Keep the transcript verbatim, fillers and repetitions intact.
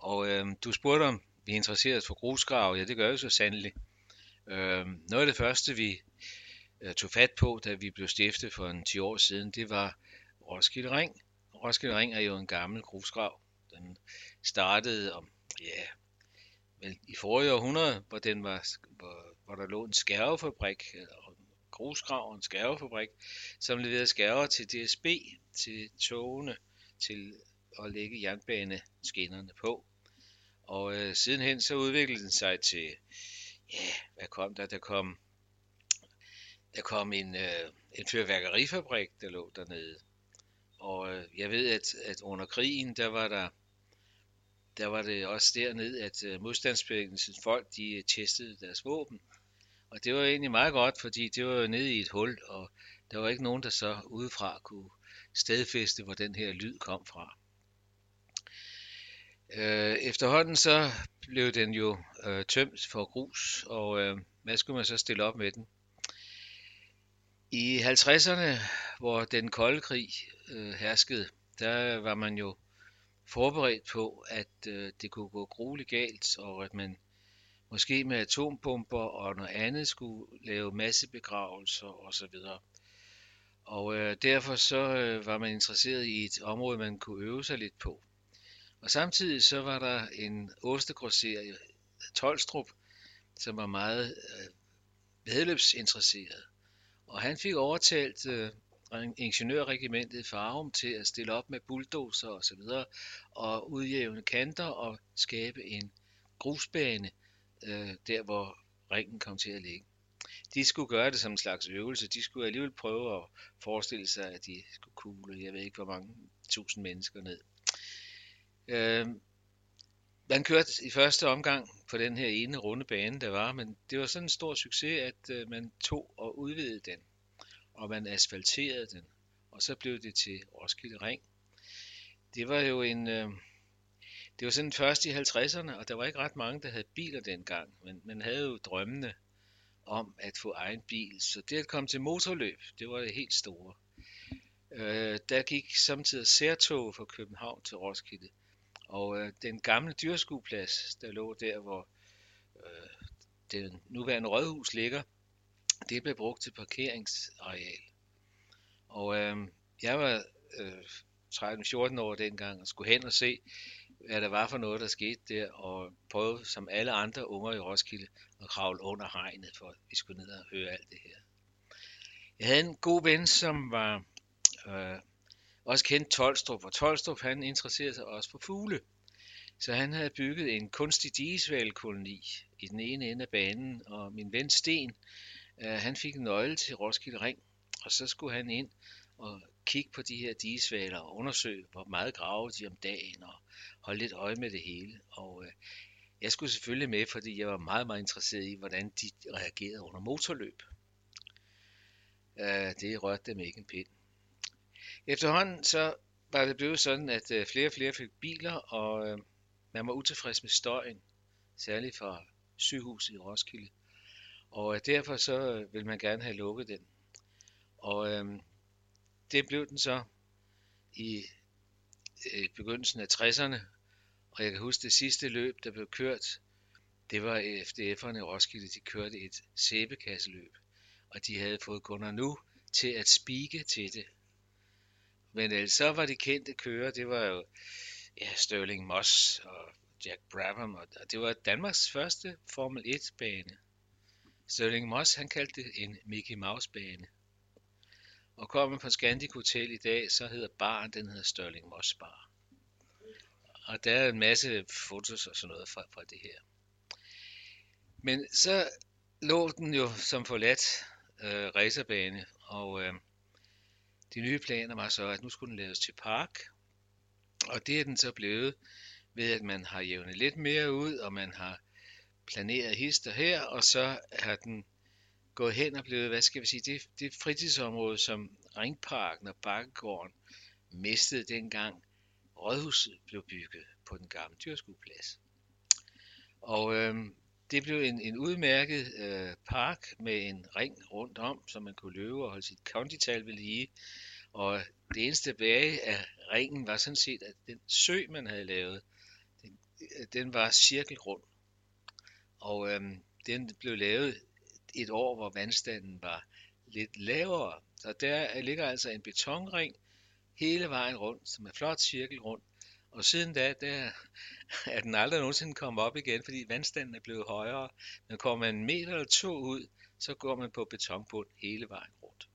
Og øh, du spurgte om vi er interesseret for grusgrave. Ja, det gør vi så sandelig. Øh, noget af det første, vi øh, tog fat på, da vi blev stiftet for en ti år siden, det var Roskilde Ring. Roskilde Ring er jo en gammel grusgrav. Den startede om, ja, vel, i forrige århundrede, hvor, den var, hvor, hvor der lå en skærvefabrik, eller en grusgrav og en skærvefabrik, som leverede skærver til D S B, til togene, til at lægge jernbaneskinnerne på. Og øh, sidenhen så udviklede den sig til, ja, hvad kom der? Der kom, der kom en, øh, en fyrværkerifabrik, der lå dernede. Og øh, jeg ved, at, at under krigen, der var der, der var det også dernede, at øh, modstandsbevægelsens folk, de øh, testede deres våben. Og det var egentlig meget godt, fordi det var jo nede i et hul, og der var ikke nogen, der så udefra kunne stedfæste, hvor den her lyd kom fra. Øh, efterhånden så blev den jo øh, tømt for grus, og øh, hvad skulle man så stille op med den? I halvtredserne, hvor den kolde krig øh, herskede, der var man jo forberedt på, at øh, det kunne gå grueligt galt, og at man måske med atombomber og noget andet skulle lave massebegravelser osv. Og øh, derfor så øh, var man interesseret i et område, man kunne øve sig lidt på. Og samtidig så var der en ostegrosserer, Tolstrup, som var meget øh, vedløbsinteresseret. Og han fik overtalt øh, ingeniørregimentet Farum til at stille op med bulldozer og så videre og udjævne kanter og skabe en grusbane øh, der, hvor ringen kom til at ligge. De skulle gøre det som en slags øvelse. De skulle alligevel prøve at forestille sig, at de skulle kugle, jeg ved ikke hvor mange tusind mennesker ned. Øh, man kørte i første omgang på den her ene runde bane, der var, men det var sådan en stor succes, at øh, man tog og udvidede den, og man asfalterede den, og så blev det til Roskilde Ring. Det var jo en, øh, det var sådan først i halvtredserne, og der var ikke ret mange, der havde biler dengang, men man havde jo drømmene om at få egen bil, så det at komme til motorløb, det var det helt store. Øh, der gik samtidig særtog fra København til Roskilde, og øh, den gamle dyrskueplads, der lå der, hvor øh, det nuværende rådhus ligger, det blev brugt til parkeringsareal. Og øh, jeg var øh, tretten fjorten år dengang og skulle hen og se, hvad der var for noget, der skete der, og prøvede som alle andre unger i Roskilde at kravle under hegnet, for at vi skulle ned og høre alt det her. Jeg havde en god ven, som var øh, også kendt Tolstrup, og Tolstrup han interesserede sig også for fugle. Så han havde bygget en kunstig digesvalekoloni i den ene ende af banen, og min ven Sten, øh, han fik en nøgle til Roskilde Ring, og så skulle han ind og kigge på de her digesvaler og undersøge, hvor meget graver de om dagen, og holde lidt øje med det hele. Og øh, jeg skulle selvfølgelig med, fordi jeg var meget, meget interesseret i, hvordan de reagerede under motorløb. Øh, det rørte dem ikke en pind. Efterhånden så var det blevet sådan, at øh, flere og flere fik biler, og øh, man var utilfreds med støjen, særligt fra sygehuset i Roskilde. Og øh, derfor så øh, ville man gerne have lukket den. Og øh, det blev den så i øh, begyndelsen af tresserne, og jeg kan huske det sidste løb, der blev kørt, det var F D F'erne i Roskilde, de kørte et sæbekasseløb, og de havde fået kunder nu til at spike til det. Men ellers så var de kendte kører, det var jo ja, Stirling Moss og Jack Brabham, og det var Danmarks første Formel et bane. Stirling Moss, han kaldte det en Mickey Mouse bane. Og kommer man på Scandic Hotel i dag, så hedder baren, den hedder Stirling Moss Bar. Og der er en masse fotos og sådan noget fra, fra det her. Men så lå den jo som forladt øh, racerbane, og øh, de nye planer var så, at nu skulle den laves til park. Og det er den så blevet ved, at man har jævnet lidt mere ud, og man har planeret hister her, og så har den gået hen og blevet, hvad skal vi sige, det, det fritidsområde, som Ringparken og Bakkegården mistede dengang rådhuset blev bygget på den gamle dyrskueplads. Og øh, det blev en, en udmærket øh, park med en ring rundt om, så man kunne løbe og holde sit kondital ved lige. Og det eneste tilbage af ringen var sådan set, at den sø, man havde lavet, den den var cirkelrund, og øhm, den blev lavet et år, hvor vandstanden var lidt lavere. Så der ligger altså en betonring hele vejen rundt, som er flot cirkelrund. Og siden da, der er den aldrig nogensinde kommet op igen, fordi vandstanden er blevet højere. Men kommer man en meter eller to ud, så går man på betonbund hele vejen rundt.